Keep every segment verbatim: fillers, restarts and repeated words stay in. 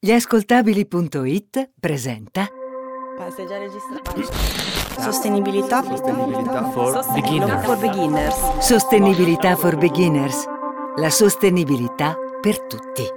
Gliascoltabili.it presenta Ma sei già registrato? Sostenibilità. Sostenibilità for Sostenibilità for beginners. Sostenibilità for Beginners. La sostenibilità per tutti.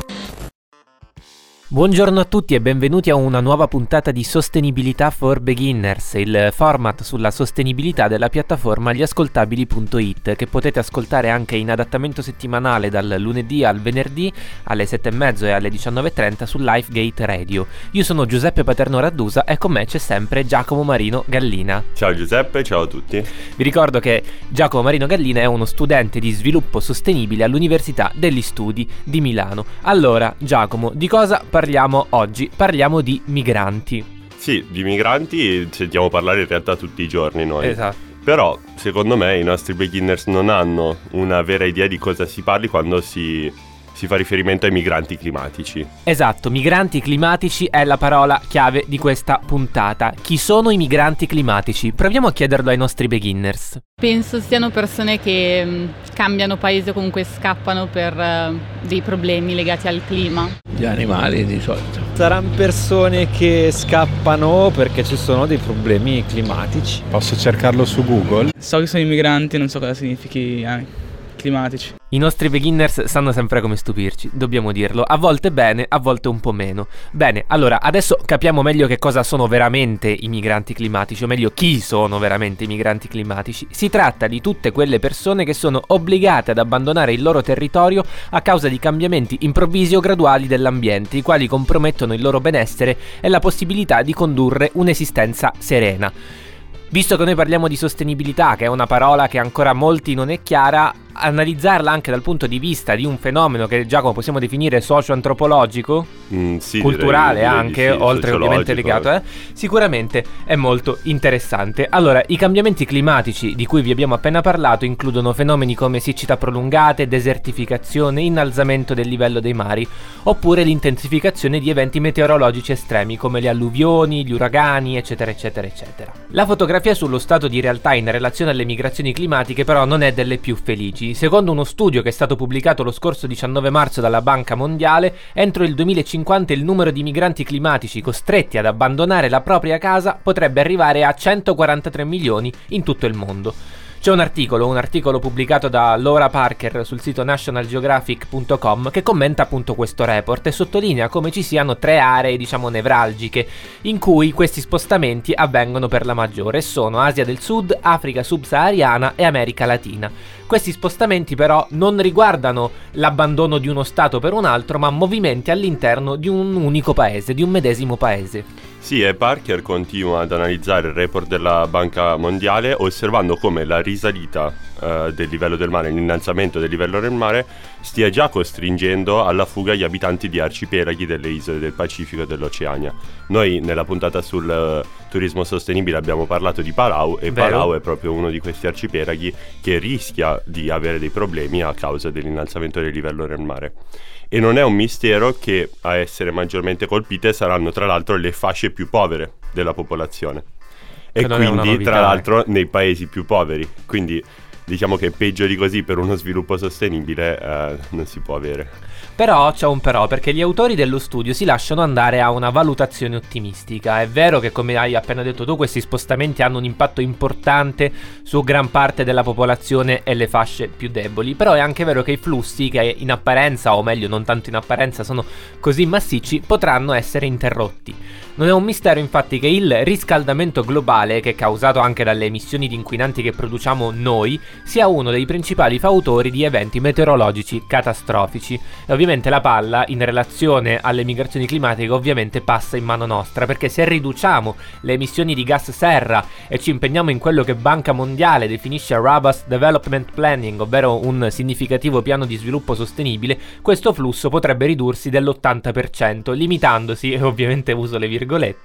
Buongiorno a tutti e benvenuti a una nuova puntata di Sostenibilità for Beginners, il format sulla sostenibilità della piattaforma Gliascoltabili.it, che potete ascoltare anche in adattamento settimanale dal lunedì al venerdì alle sette e mezzo e alle diciannove e trenta su Lifegate Radio. Io sono Giuseppe Paterno Raddusa e con me c'è sempre Giacomo Marino Gallina. Ciao Giuseppe, ciao a tutti. Vi ricordo che Giacomo Marino Gallina è uno studente di sviluppo sostenibile all'Università degli Studi di Milano. Allora, Giacomo, di cosa parliamo oggi? Parliamo di migranti. Sì, di migranti sentiamo parlare in realtà tutti i giorni noi. Esatto. Però, secondo me, i nostri beginners non hanno una vera idea di cosa si parli quando si, si fa riferimento ai migranti climatici. Esatto, migranti climatici è la parola chiave di questa puntata. Chi sono i migranti climatici? Proviamo a chiederlo ai nostri beginners. Penso siano persone che mh, cambiano paese o comunque scappano per uh, dei problemi legati al clima. Gli animali di solito. Saranno persone che scappano perché ci sono dei problemi climatici. Posso cercarlo su Google? So che sono immigranti, non so cosa significhi eh, climatici. I nostri beginners sanno sempre come stupirci, dobbiamo dirlo, a volte bene, a volte un po' meno. Bene, allora, adesso capiamo meglio che cosa sono veramente i migranti climatici, o meglio chi sono veramente i migranti climatici. Si tratta di tutte quelle persone che sono obbligate ad abbandonare il loro territorio a causa di cambiamenti improvvisi o graduali dell'ambiente, i quali compromettono il loro benessere e la possibilità di condurre un'esistenza serena. Visto che noi parliamo di sostenibilità, che è una parola che ancora a molti non è chiara, analizzarla anche dal punto di vista di un fenomeno che, Giacomo, possiamo definire socio-antropologico? Mm, sì, culturale direi, direi anche, sì, oltre ovviamente legato, eh? Sicuramente è molto interessante. Allora, i cambiamenti climatici di cui vi abbiamo appena parlato includono fenomeni come siccità prolungate, desertificazione, innalzamento del livello dei mari, oppure l'intensificazione di eventi meteorologici estremi come le alluvioni, gli uragani, eccetera eccetera eccetera. La fotografia sullo stato di realtà in relazione alle migrazioni climatiche però non è delle più felici. Secondo uno studio che è stato pubblicato lo scorso diciannove marzo dalla Banca Mondiale, entro il duemilacinquanta il numero di migranti climatici costretti ad abbandonare la propria casa potrebbe arrivare a centoquarantatré milioni in tutto il mondo. C'è un articolo, un articolo pubblicato da Laura Parker sul sito national geographic punto com che commenta appunto questo report e sottolinea come ci siano tre aree, diciamo, nevralgiche in cui questi spostamenti avvengono per la maggiore, e sono Asia del Sud, Africa subsahariana e America Latina. Questi spostamenti però non riguardano l'abbandono di uno stato per un altro, ma movimenti all'interno di un unico paese, di un medesimo paese. Sì, e Parker continua ad analizzare il report della Banca Mondiale osservando come la risalita uh, del livello del mare, l'innalzamento del livello del mare stia già costringendo alla fuga gli abitanti di arcipelaghi delle isole del Pacifico e dell'Oceania. Noi nella puntata sul uh, turismo sostenibile abbiamo parlato di Palau e Vero. Palau è proprio uno di questi arcipelaghi che rischia di avere dei problemi a causa dell'innalzamento del livello del mare. E non è un mistero che a essere maggiormente colpite saranno tra l'altro le fasce più povere della popolazione. E Che non è una quindi novità, tra l'altro eh. nei paesi più poveri. Quindi diciamo che peggio di così per uno sviluppo sostenibile eh, non si può avere. Però c'è un però, perché gli autori dello studio si lasciano andare a una valutazione ottimistica. È vero che, come hai appena detto tu, questi spostamenti hanno un impatto importante su gran parte della popolazione e le fasce più deboli, però è anche vero che i flussi, che in apparenza, o meglio non tanto in apparenza, sono così massicci, potranno essere interrotti. Non è un mistero infatti che il riscaldamento globale, che è causato anche dalle emissioni di inquinanti che produciamo noi, sia uno dei principali fautori di eventi meteorologici catastrofici. E ovviamente la palla in relazione alle migrazioni climatiche ovviamente passa in mano nostra, perché se riduciamo le emissioni di gas serra e ci impegniamo in quello che Banca Mondiale definisce Robust Development Planning, ovvero un significativo piano di sviluppo sostenibile, questo flusso potrebbe ridursi dell'ottanta per cento, limitandosi, e ovviamente uso le virgolette,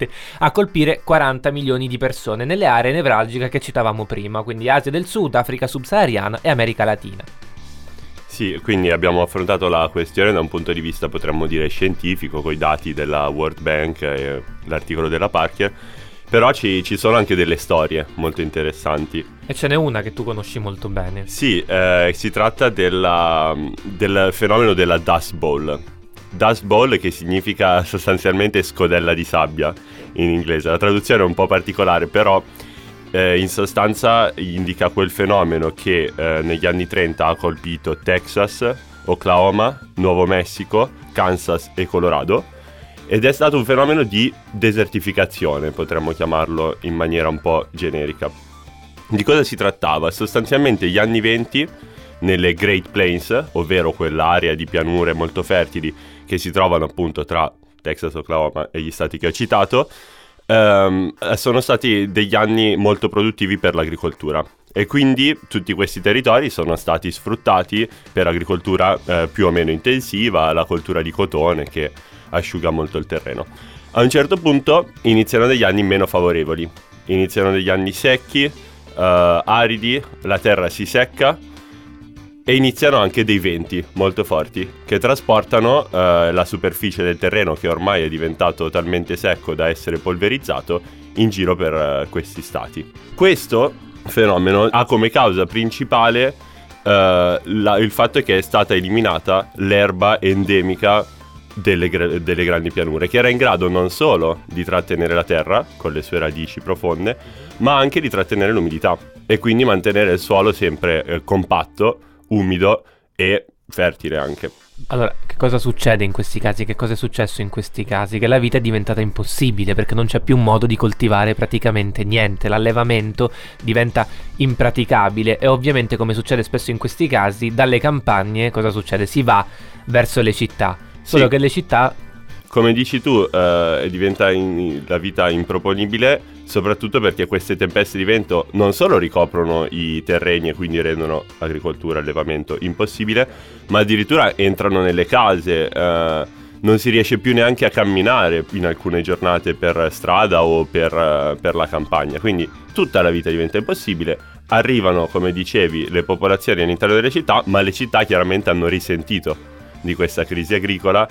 a colpire quaranta milioni di persone nelle aree nevralgiche che citavamo prima, quindi Asia del Sud, Africa subsahariana e America Latina. Sì, quindi abbiamo affrontato la questione da un punto di vista, potremmo dire, scientifico, con i dati della World Bank e l'articolo della Parker, però ci, ci sono anche delle storie molto interessanti. E ce n'è una che tu conosci molto bene. Sì, eh, si tratta della, del fenomeno della Dust Bowl. Dust Bowl, che significa sostanzialmente scodella di sabbia in inglese. La traduzione è un po' particolare, però eh, in sostanza indica quel fenomeno che eh, negli anni trenta ha colpito Texas, Oklahoma, Nuovo Messico, Kansas e Colorado, ed è stato un fenomeno di desertificazione, potremmo chiamarlo in maniera un po' generica. Di cosa si trattava? Sostanzialmente gli anni venti nelle Great Plains, ovvero quell'area di pianure molto fertili che si trovano appunto tra Texas, Oklahoma e gli stati che ho citato, ehm, sono stati degli anni molto produttivi per l'agricoltura, e quindi tutti questi territori sono stati sfruttati per agricoltura eh, più o meno intensiva, la coltura di cotone che asciuga molto il terreno. A un certo punto iniziano degli anni meno favorevoli, iniziano degli anni secchi, eh, aridi, la terra si secca, e iniziano anche dei venti molto forti che trasportano eh, la superficie del terreno, che ormai è diventato talmente secco da essere polverizzato, in giro per eh, questi stati. Questo fenomeno ha come causa principale eh, la, il fatto che è stata eliminata l'erba endemica delle, delle grandi pianure, che era in grado non solo di trattenere la terra con le sue radici profonde, ma anche di trattenere l'umidità e quindi mantenere il suolo sempre eh, compatto, umido e fertile anche. Allora, che cosa succede in questi casi? Che cosa è successo in questi casi? Che la vita è diventata impossibile perché non c'è più modo di coltivare praticamente niente, l'allevamento diventa impraticabile e ovviamente, come succede spesso in questi casi, dalle campagne cosa succede? Si va verso le città, solo sì. che le città, come dici tu, eh, diventa in, la vita improponibile, soprattutto perché queste tempeste di vento non solo ricoprono i terreni e quindi rendono agricoltura e allevamento impossibile, ma addirittura entrano nelle case, eh, non si riesce più neanche a camminare in alcune giornate per strada o per, per la campagna, quindi tutta la vita diventa impossibile. Arrivano, come dicevi, le popolazioni all'interno delle città, ma le città chiaramente hanno risentito di questa crisi agricola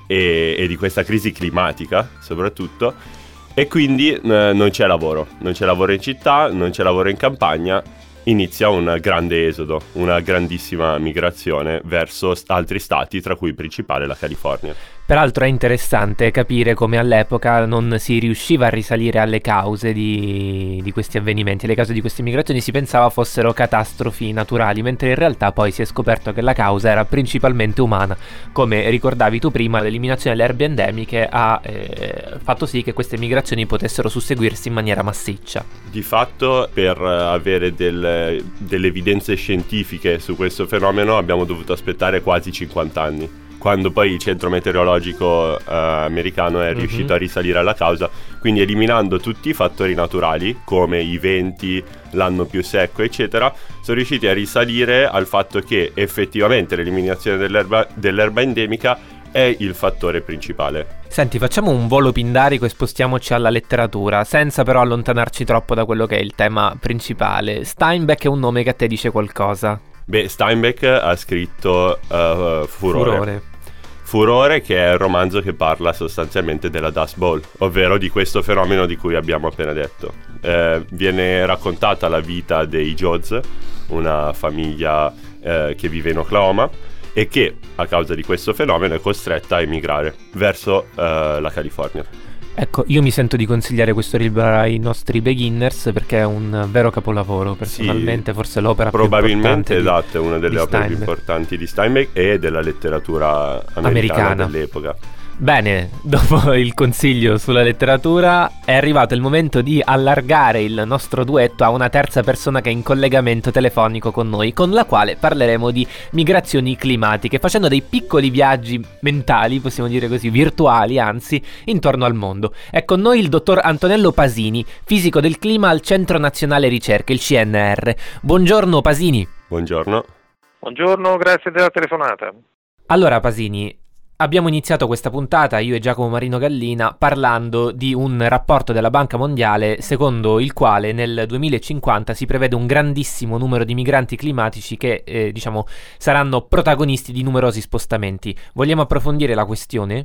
e, e di questa crisi climatica soprattutto, e quindi eh, non c'è lavoro, non c'è lavoro in città, non c'è lavoro in campagna, inizia un grande esodo, una grandissima migrazione verso st- altri stati, tra cui il principale la California. peraltro è interessante capire come all'epoca non si riusciva a risalire alle cause di, di questi avvenimenti, alle cause di queste migrazioni, si pensava fossero catastrofi naturali, mentre in realtà poi si è scoperto che la causa era principalmente umana. Come ricordavi tu prima, l'eliminazione delle erbe endemiche ha eh, fatto sì che queste migrazioni potessero susseguirsi in maniera massiccia. Di fatto, per avere del, delle evidenze scientifiche su questo fenomeno abbiamo dovuto aspettare quasi cinquanta anni, quando poi il centro meteorologico eh, americano è riuscito mm-hmm. a risalire alla causa, quindi eliminando tutti i fattori naturali come i venti, l'anno più secco eccetera, sono riusciti a risalire al fatto che effettivamente l'eliminazione dell'erba, dell'erba endemica è il fattore principale. Senti, facciamo un volo pindarico e spostiamoci alla letteratura, senza però allontanarci troppo da quello che è il tema principale. Steinbeck è un nome che a te dice qualcosa? Beh, Steinbeck ha scritto uh, Furore. Furore. Furore, che è il romanzo che parla sostanzialmente della Dust Bowl, ovvero di questo fenomeno di cui abbiamo appena detto. Eh, viene raccontata la vita dei Jodes, una famiglia eh, che vive in Oklahoma e che a causa di questo fenomeno è costretta a emigrare verso eh, la California. Ecco, io mi sento di consigliare questo libro ai nostri beginners perché è un vero capolavoro, personalmente, sì, forse l'opera probabilmente, più importante esatto, è una delle opere più importanti di Steinbeck e della letteratura americana, americana dell'epoca. Bene, dopo il consiglio sulla letteratura è arrivato il momento di allargare il nostro duetto a una terza persona che è in collegamento telefonico con noi, con la quale parleremo di migrazioni climatiche, facendo dei piccoli viaggi mentali, possiamo dire così, virtuali anzi, intorno al mondo. È con noi il dottor Antonello Pasini, fisico del clima al Centro Nazionale Ricerche, il C N R. Buongiorno Pasini. Buongiorno. Buongiorno, grazie della telefonata. Allora Pasini, abbiamo iniziato questa puntata, io e Giacomo Marino Gallina, parlando di un rapporto della Banca Mondiale secondo il quale nel duemilacinquanta si prevede un grandissimo numero di migranti climatici che, eh, diciamo, saranno protagonisti di numerosi spostamenti. Vogliamo approfondire la questione?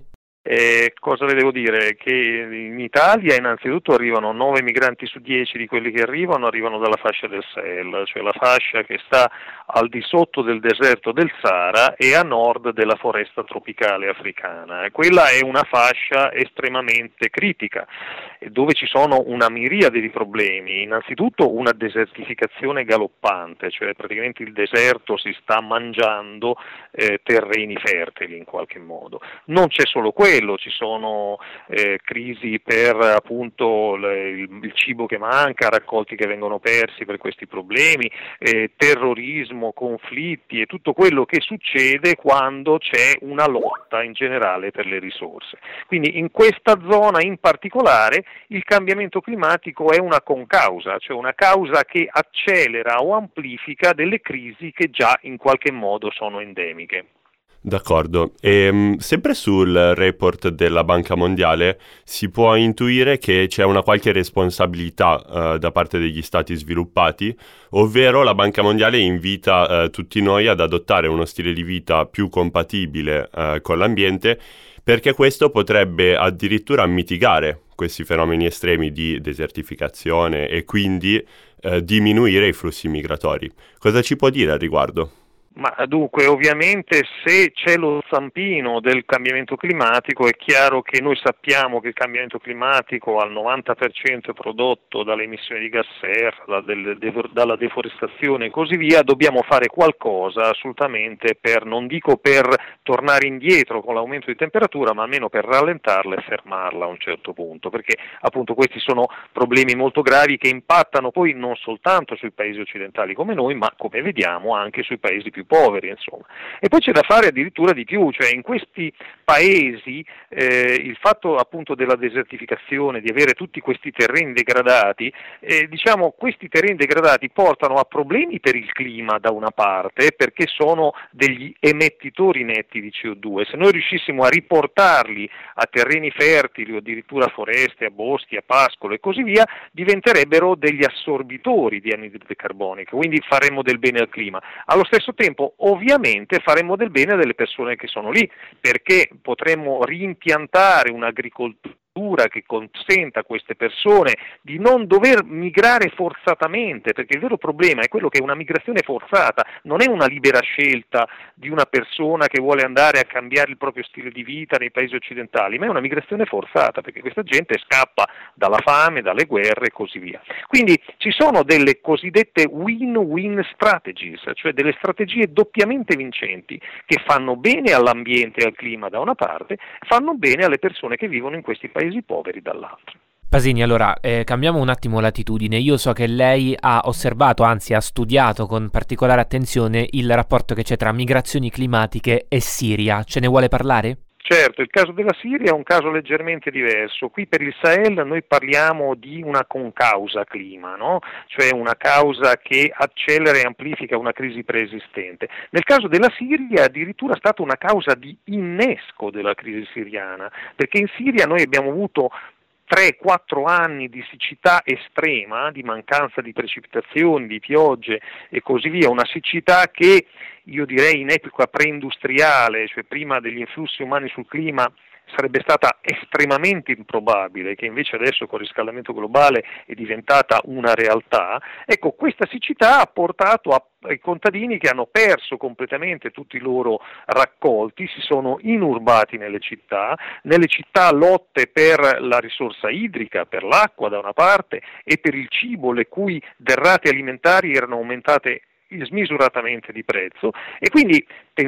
Eh, cosa le devo dire? Che in Italia innanzitutto arrivano nove migranti su dieci di quelli che arrivano arrivano dalla fascia del Sahel, cioè la fascia che sta al di sotto del deserto del Sahara e a nord della foresta tropicale africana. E quella è una fascia estremamente critica, dove ci sono una miriade di problemi. Innanzitutto una desertificazione galoppante, cioè praticamente il deserto si sta mangiando eh, terreni fertili in qualche modo. Non c'è solo quello, ci sono eh, crisi per appunto le, il, il cibo che manca, raccolti che vengono persi per questi problemi, eh, terrorismo, conflitti e tutto quello che succede quando c'è una lotta in generale per le risorse. Quindi in questa zona in particolare il cambiamento climatico è una concausa, cioè una causa che accelera o amplifica delle crisi che già in qualche modo sono endemiche. D'accordo. E, sempre sul report della Banca Mondiale si può intuire che c'è una qualche responsabilità uh, da parte degli stati sviluppati, ovvero la Banca Mondiale invita uh, tutti noi ad adottare uno stile di vita più compatibile uh, con l'ambiente, perché questo potrebbe addirittura mitigare questi fenomeni estremi di desertificazione e quindi uh, diminuire i flussi migratori. Cosa ci può dire al riguardo? Ma dunque, ovviamente se c'è lo zampino del cambiamento climatico è chiaro che noi sappiamo che il cambiamento climatico al novanta per cento è prodotto dalle emissioni di gas serra, da del, de, dalla deforestazione e così via. Dobbiamo fare qualcosa assolutamente per, non dico per tornare indietro con l'aumento di temperatura, ma almeno per rallentarla e fermarla a un certo punto, perché appunto questi sono problemi molto gravi che impattano poi non soltanto sui paesi occidentali come noi, ma come vediamo anche sui paesi più poveri, insomma. E poi c'è da fare addirittura di più, cioè in questi paesi eh, il fatto appunto della desertificazione, di avere tutti questi terreni degradati, eh, diciamo questi terreni degradati portano a problemi per il clima da una parte, perché sono degli emettitori netti di C O due. Se noi riuscissimo a riportarli a terreni fertili o addirittura a foreste, a boschi, a pascolo e così via, diventerebbero degli assorbitori di anidride carbonica, quindi faremmo del bene al clima. Allo stesso tempo ovviamente faremmo del bene delle persone che sono lì, perché potremmo rimpiantare un'agricoltura che consenta a queste persone di non dover migrare forzatamente, perché il vero problema è quello che una migrazione forzata non è una libera scelta di una persona che vuole andare a cambiare il proprio stile di vita nei paesi occidentali, ma è una migrazione forzata, perché questa gente scappa dalla fame, dalle guerre e così via. Quindi ci sono delle cosiddette win-win strategies, cioè delle strategie doppiamente vincenti che fanno bene all'ambiente e al clima da una parte, fanno bene alle persone che vivono in questi paesi poveri dall'altro. Pasini, allora eh, cambiamo un attimo latitudine. Io so che lei ha osservato, anzi ha studiato con particolare attenzione il rapporto che c'è tra migrazioni climatiche e Siria. Ce ne vuole parlare? Certo, il caso della Siria è un caso leggermente diverso. Qui per il Sahel noi parliamo di una concausa clima, no? Cioè una causa che accelera e amplifica una crisi preesistente. Nel caso della Siria è addirittura stata una causa di innesco della crisi siriana, perché in Siria noi abbiamo avuto tre quattro anni di siccità estrema, di mancanza di precipitazioni, di piogge e così via, una siccità che io direi in epoca preindustriale, cioè prima degli influssi umani sul clima, sarebbe stata estremamente improbabile, che invece adesso con il riscaldamento globale è diventata una realtà. Ecco, questa siccità ha portato a ai contadini che hanno perso completamente tutti i loro raccolti, si sono inurbati nelle città, nelle città lotte per la risorsa idrica, per l'acqua da una parte e per il cibo, le cui derrate alimentari erano aumentate smisuratamente di prezzo, e quindi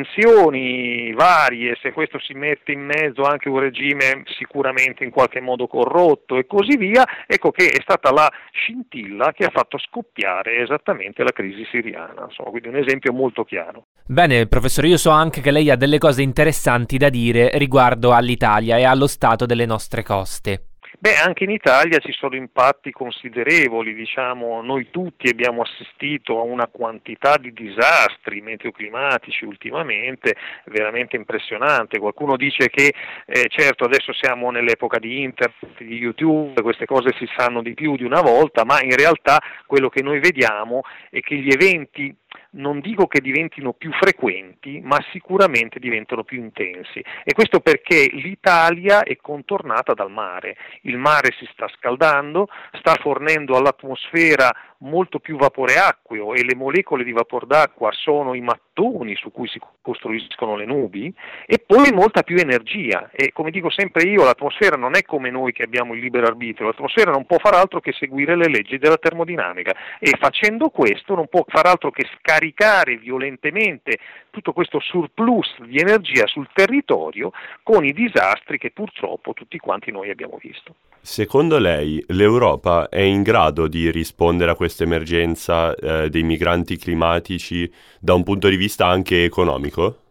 tensioni varie, se questo si mette in mezzo anche un regime sicuramente in qualche modo corrotto e così via, ecco che è stata la scintilla che ha fatto scoppiare esattamente la crisi siriana, insomma, quindi un esempio molto chiaro. Bene, professore, io so anche che lei ha delle cose interessanti da dire riguardo all'Italia e allo stato delle nostre coste. Beh, anche in Italia ci sono impatti considerevoli, diciamo, noi tutti abbiamo assistito a una quantità di disastri meteoclimatici ultimamente veramente impressionante. Qualcuno dice che eh, certo adesso siamo nell'epoca di internet, di YouTube, queste cose si sanno di più di una volta, ma in realtà quello che noi vediamo è che gli eventi non dico che diventino più frequenti, ma sicuramente diventano più intensi. E questo perché l'Italia è contornata dal mare. Il mare si sta scaldando, sta fornendo all'atmosfera molto più vapore acqueo e le molecole di vapor d'acqua sono i mattoni su cui si costruiscono le nubi, e poi molta più energia. E come dico sempre io, l'atmosfera non è come noi che abbiamo il libero arbitrio, l'atmosfera non può far altro che seguire le leggi della termodinamica, e facendo questo non può far altro che scaricare violentemente tutto questo surplus di energia sul territorio, con i disastri che purtroppo tutti quanti noi abbiamo visto. Secondo lei l'Europa è in grado di rispondere a questa emergenza eh, dei migranti climatici da un punto di vista anche economico?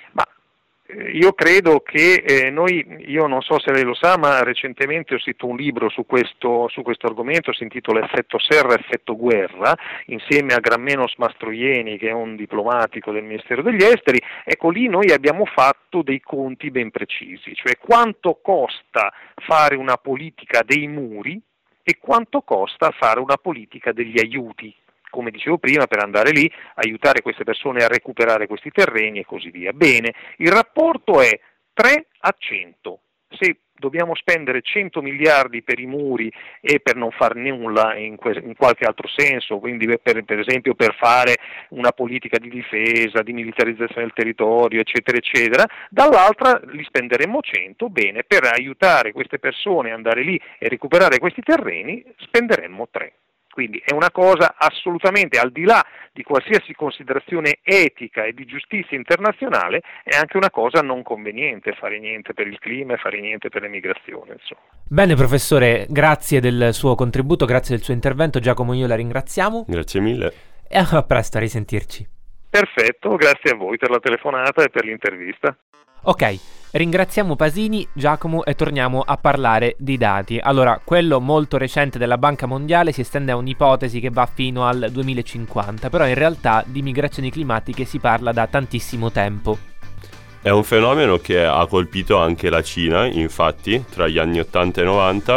Io credo che eh, noi, io non so se lei lo sa, ma recentemente ho scritto un libro su questo, su questo argomento, si intitola Effetto Serra, Effetto Guerra, insieme a Gramenos Mastroieni, che è un diplomatico del Ministero degli Esteri. Ecco, lì noi abbiamo fatto dei conti ben precisi, cioè quanto costa fare una politica dei muri e quanto costa fare una politica degli aiuti, come dicevo prima, per andare lì, aiutare queste persone a recuperare questi terreni e così via. Bene, il rapporto è tre a cento. Se dobbiamo spendere cento miliardi per i muri e per non far nulla in, que- in qualche altro senso, quindi per, per esempio per fare una politica di difesa, di militarizzazione del territorio, eccetera, eccetera, dall'altra li spenderemo cento, bene, per aiutare queste persone ad andare lì e recuperare questi terreni spenderemmo tre. Quindi è una cosa assolutamente al di là di qualsiasi considerazione etica e di giustizia internazionale, è anche una cosa non conveniente fare niente per il clima e fare niente per l'emigrazione, insomma. Bene professore, grazie del suo contributo, grazie del suo intervento. Giacomo e io la ringraziamo. Grazie mille. E a presto, a risentirci. Perfetto, grazie a voi per la telefonata e per l'intervista. Ok, ringraziamo Pasini, Giacomo, e torniamo a parlare di dati. Allora, quello molto recente della Banca Mondiale si estende a un'ipotesi che va fino al duemilacinquanta, però in realtà di migrazioni climatiche si parla da tantissimo tempo. È un fenomeno che ha colpito anche la Cina, infatti, tra gli anni ottanta e novanta,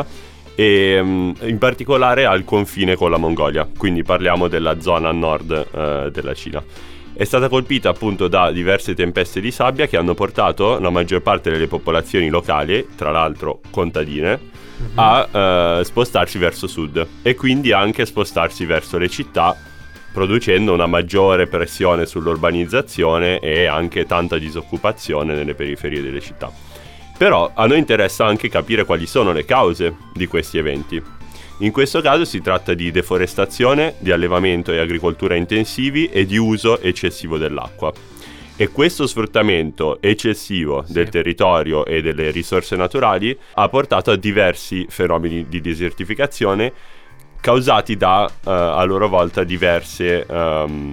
e in particolare al confine con la Mongolia, quindi parliamo della zona nord eh, della Cina. È stata colpita appunto da diverse tempeste di sabbia che hanno portato la maggior parte delle popolazioni locali, tra l'altro contadine, mm-hmm. a eh, spostarsi verso sud e quindi anche spostarsi verso le città, producendo una maggiore pressione sull'urbanizzazione e anche tanta disoccupazione nelle periferie delle città. Però a noi interessa anche capire quali sono le cause di questi eventi. In questo caso si tratta di deforestazione, di allevamento e agricoltura intensivi e di uso eccessivo dell'acqua. E questo sfruttamento eccessivo sì. del territorio e delle risorse naturali ha portato a diversi fenomeni di desertificazione causati da, uh, a loro volta, diversi um,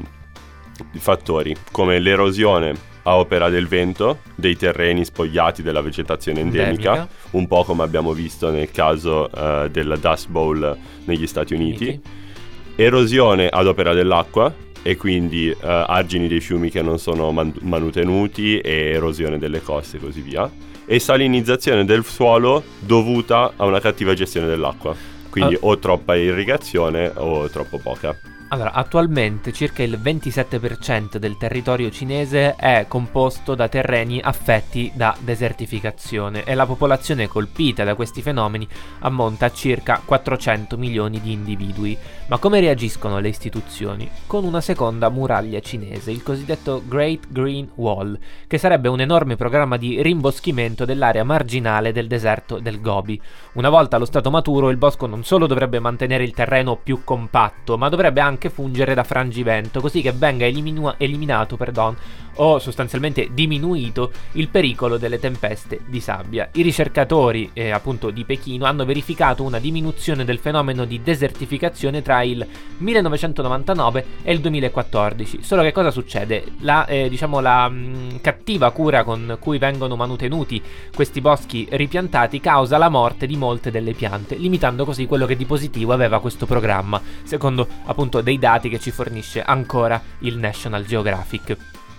fattori, come l'erosione a opera del vento, dei terreni spogliati della vegetazione endemica, endemica. un po' come abbiamo visto nel caso uh, della Dust Bowl negli Stati Uniti, Uniti. Erosione ad opera dell'acqua, e quindi uh, argini dei fiumi che non sono man- manutenuti e erosione delle coste e così via, e salinizzazione del suolo dovuta a una cattiva gestione dell'acqua, quindi uh. o troppa irrigazione o troppo poca. Allora, attualmente circa il ventisette per cento del territorio cinese è composto da terreni affetti da desertificazione e la popolazione colpita da questi fenomeni ammonta a circa quattrocento milioni di individui. Ma come reagiscono le istituzioni? Con una seconda muraglia cinese, il cosiddetto Great Green Wall, che sarebbe un enorme programma di rimboschimento dell'area marginale del deserto del Gobi. Una volta allo stato maturo, il bosco non solo dovrebbe mantenere il terreno più compatto, ma dovrebbe anche fungere da frangivento, così che venga eliminu- eliminato perdon, o sostanzialmente diminuito il pericolo delle tempeste di sabbia. I ricercatori eh, appunto di Pechino hanno verificato una diminuzione del fenomeno di desertificazione tra il millenovecentonovantanove e il duemilaquattordici. Solo che cosa succede? La, eh, diciamo, la mh, cattiva cura con cui vengono manutenuti questi boschi ripiantati causa la morte di molte delle piante, limitando così quello che di positivo aveva questo programma, secondo appunto dei dati che ci fornisce ancora il National Geographic.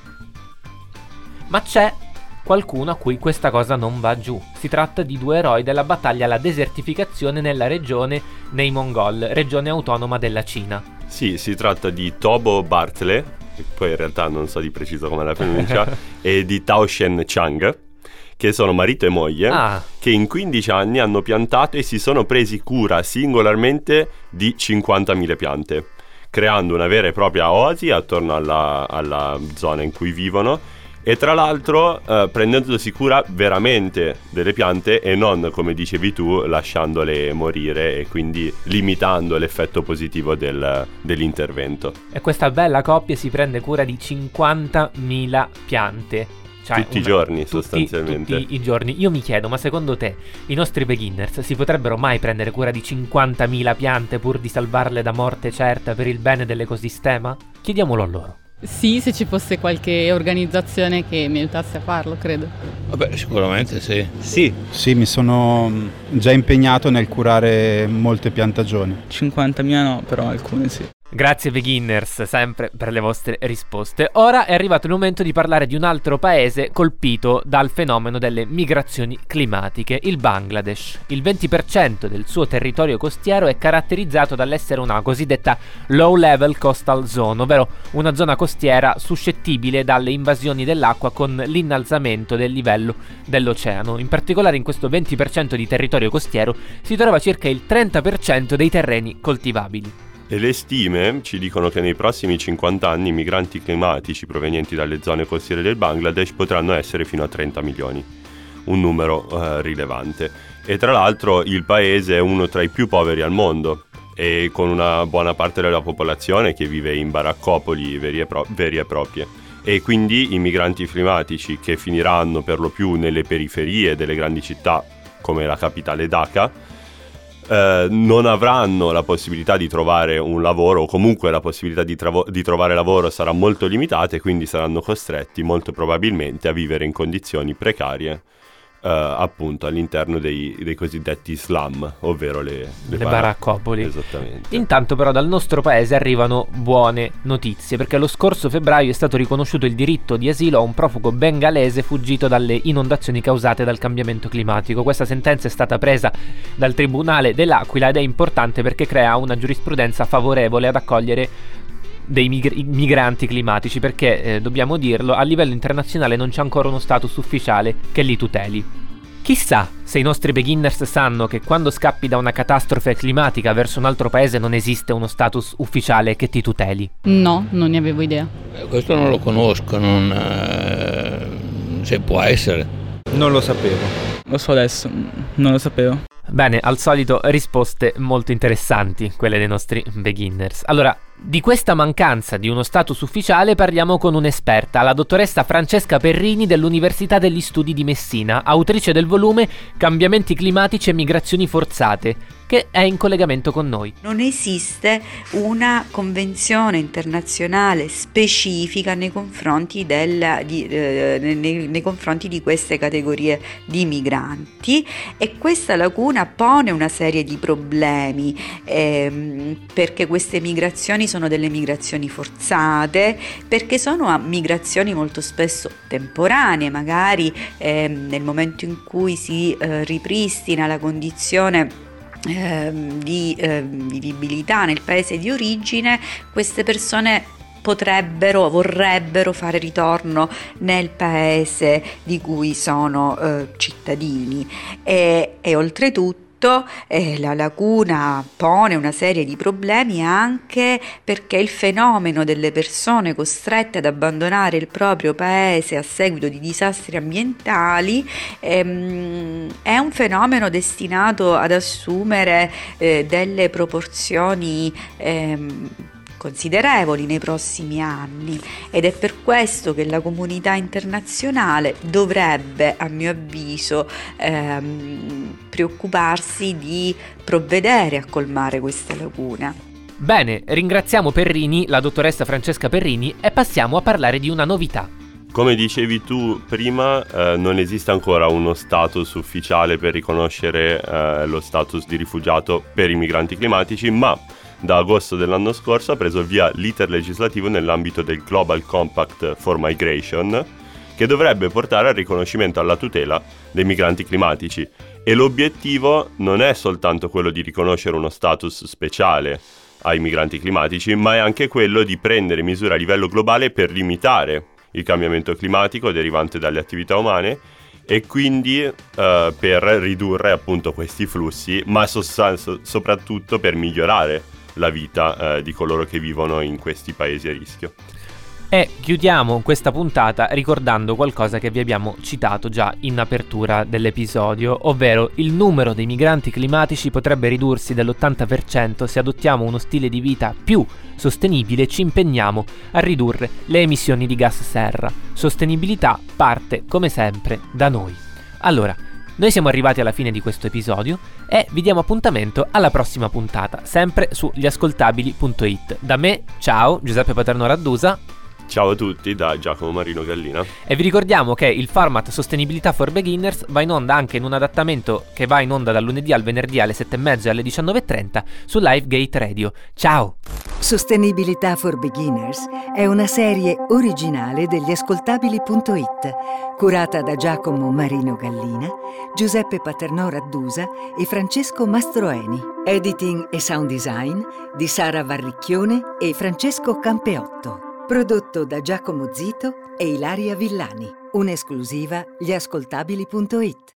Ma c'è qualcuno a cui questa cosa non va giù. Si tratta di due eroi della battaglia alla desertificazione nella regione Nei Mongol, regione autonoma della Cina. Sì, si tratta di Tobo Bartley poi in realtà non so di preciso come la pronuncia, e di Tao Shen Chang, che sono marito e moglie, ah. che in quindici anni hanno piantato e si sono presi cura singolarmente di cinquantamila piante, creando una vera e propria oasi attorno alla, alla zona in cui vivono, e tra l'altro eh, prendendosi cura veramente delle piante e non, come dicevi tu, lasciandole morire e quindi limitando l'effetto positivo del, dell'intervento. E questa bella coppia si prende cura di cinquantamila piante. Cioè tutti una, i giorni tutti, sostanzialmente. Tutti i giorni. Io mi chiedo, ma secondo te i nostri beginners si potrebbero mai prendere cura di cinquantamila piante pur di salvarle da morte certa per il bene dell'ecosistema? Chiediamolo a loro. Sì, se ci fosse qualche organizzazione che mi aiutasse a farlo, credo. Vabbè, sicuramente sì. Sì, sì, mi sono già impegnato nel curare molte piantagioni. cinquantamila no, però alcune sì. Grazie beginners, sempre per le vostre risposte. Ora è arrivato il momento di parlare di un altro paese colpito dal fenomeno delle migrazioni climatiche, il Bangladesh. Il venti per cento del suo territorio costiero è caratterizzato dall'essere una cosiddetta low level coastal zone, ovvero una zona costiera suscettibile dalle invasioni dell'acqua con l'innalzamento del livello dell'oceano. In particolare in questo venti per cento di territorio costiero si trova circa il trenta per cento dei terreni coltivabili. E le stime ci dicono che nei prossimi cinquanta anni i migranti climatici provenienti dalle zone costiere del Bangladesh potranno essere fino a trenta milioni, un numero uh, rilevante. E tra l'altro il paese è uno tra i più poveri al mondo e con una buona parte della popolazione che vive in baraccopoli veri e, pro- veri e proprie. E quindi i migranti climatici che finiranno per lo più nelle periferie delle grandi città come la capitale Dhaka Eh, non avranno la possibilità di trovare un lavoro, o comunque la possibilità di, travo- di trovare lavoro sarà molto limitata, e quindi saranno costretti molto probabilmente a vivere in condizioni precarie eh, appunto all'interno dei, dei cosiddetti slum, ovvero le, le, le baraccopoli. Esattamente. Intanto però dal nostro paese arrivano buone notizie, perché lo scorso febbraio è stato riconosciuto il diritto di asilo a un profugo bengalese fuggito dalle inondazioni causate dal cambiamento climatico. Questa sentenza è stata presa dal Tribunale dell'Aquila ed è importante perché crea una giurisprudenza favorevole ad accogliere dei migr- migranti climatici, perché eh, dobbiamo dirlo, a livello internazionale non c'è ancora uno status ufficiale che li tuteli. Chissà se i nostri beginners sanno che quando scappi da una catastrofe climatica verso un altro paese non esiste uno status ufficiale che ti tuteli. No, non ne avevo idea. Eh, questo non lo conosco, non eh, se può essere. Non lo sapevo. Lo so adesso, non lo sapevo. Bene, al solito risposte molto interessanti, quelle dei nostri beginners. Allora, di questa mancanza di uno status ufficiale parliamo con un'esperta, la dottoressa Francesca Perrini dell'Università degli Studi di Messina, autrice del volume Cambiamenti climatici e migrazioni forzate, che è in collegamento con noi. Non esiste una convenzione internazionale specifica nei confronti, del, di, eh, nei, nei confronti di queste categorie di migranti, e questa lacuna pone una serie di problemi ehm, perché queste migrazioni sono delle migrazioni forzate, perché sono migrazioni molto spesso temporanee, magari ehm, nel momento in cui si eh, ripristina la condizione Eh, di eh, vivibilità nel paese di origine, queste persone potrebbero, vorrebbero fare ritorno nel paese di cui sono eh, cittadini e, e oltretutto Eh, la lacuna pone una serie di problemi anche perché il fenomeno delle persone costrette ad abbandonare il proprio paese a seguito di disastri ambientali ehm, è un fenomeno destinato ad assumere eh, delle proporzioni ehm, considerevoli nei prossimi anni, ed è per questo che la comunità internazionale dovrebbe, a mio avviso, ehm, preoccuparsi di provvedere a colmare questa lacuna. Bene, ringraziamo Perrini, la dottoressa Francesca Perrini, e passiamo a parlare di una novità. Come dicevi tu prima, eh, non esiste ancora uno status ufficiale per riconoscere eh, lo status di rifugiato per i migranti climatici, ma da agosto dell'anno scorso ha preso via l'iter legislativo nell'ambito del Global Compact for Migration, che dovrebbe portare al riconoscimento e alla tutela dei migranti climatici. E l'obiettivo non è soltanto quello di riconoscere uno status speciale ai migranti climatici, ma è anche quello di prendere misure a livello globale per limitare il cambiamento climatico derivante dalle attività umane e quindi eh, per ridurre appunto questi flussi, ma sostanz- soprattutto per migliorare la vita eh, di coloro che vivono in questi paesi a rischio. E chiudiamo questa puntata ricordando qualcosa che vi abbiamo citato già in apertura dell'episodio, ovvero il numero dei migranti climatici potrebbe ridursi dell'ottanta per cento se adottiamo uno stile di vita più sostenibile e ci impegniamo a ridurre le emissioni di gas serra. Sostenibilità parte, come sempre, da noi. Allora, noi siamo arrivati alla fine di questo episodio e vi diamo appuntamento alla prossima puntata, sempre su gliascoltabili punto it. Da me, ciao, Giuseppe Paterno Raddusa. Ciao a tutti da Giacomo Marino Gallina. E vi ricordiamo che il format Sostenibilità for Beginners va in onda anche in un adattamento che va in onda dal lunedì al venerdì alle sette e mezza e alle diciannove e trenta su LiveGate Radio. Ciao! Sostenibilità for Beginners è una serie originale degli ascoltabili punto it, curata da Giacomo Marino Gallina, Giuseppe Paternò Raddusa e Francesco Mastroeni. Editing e sound design di Sara Varricchione e Francesco Campeotto. Prodotto da Giacomo Zito e Ilaria Villani. Un'esclusiva gliascoltabili punto it.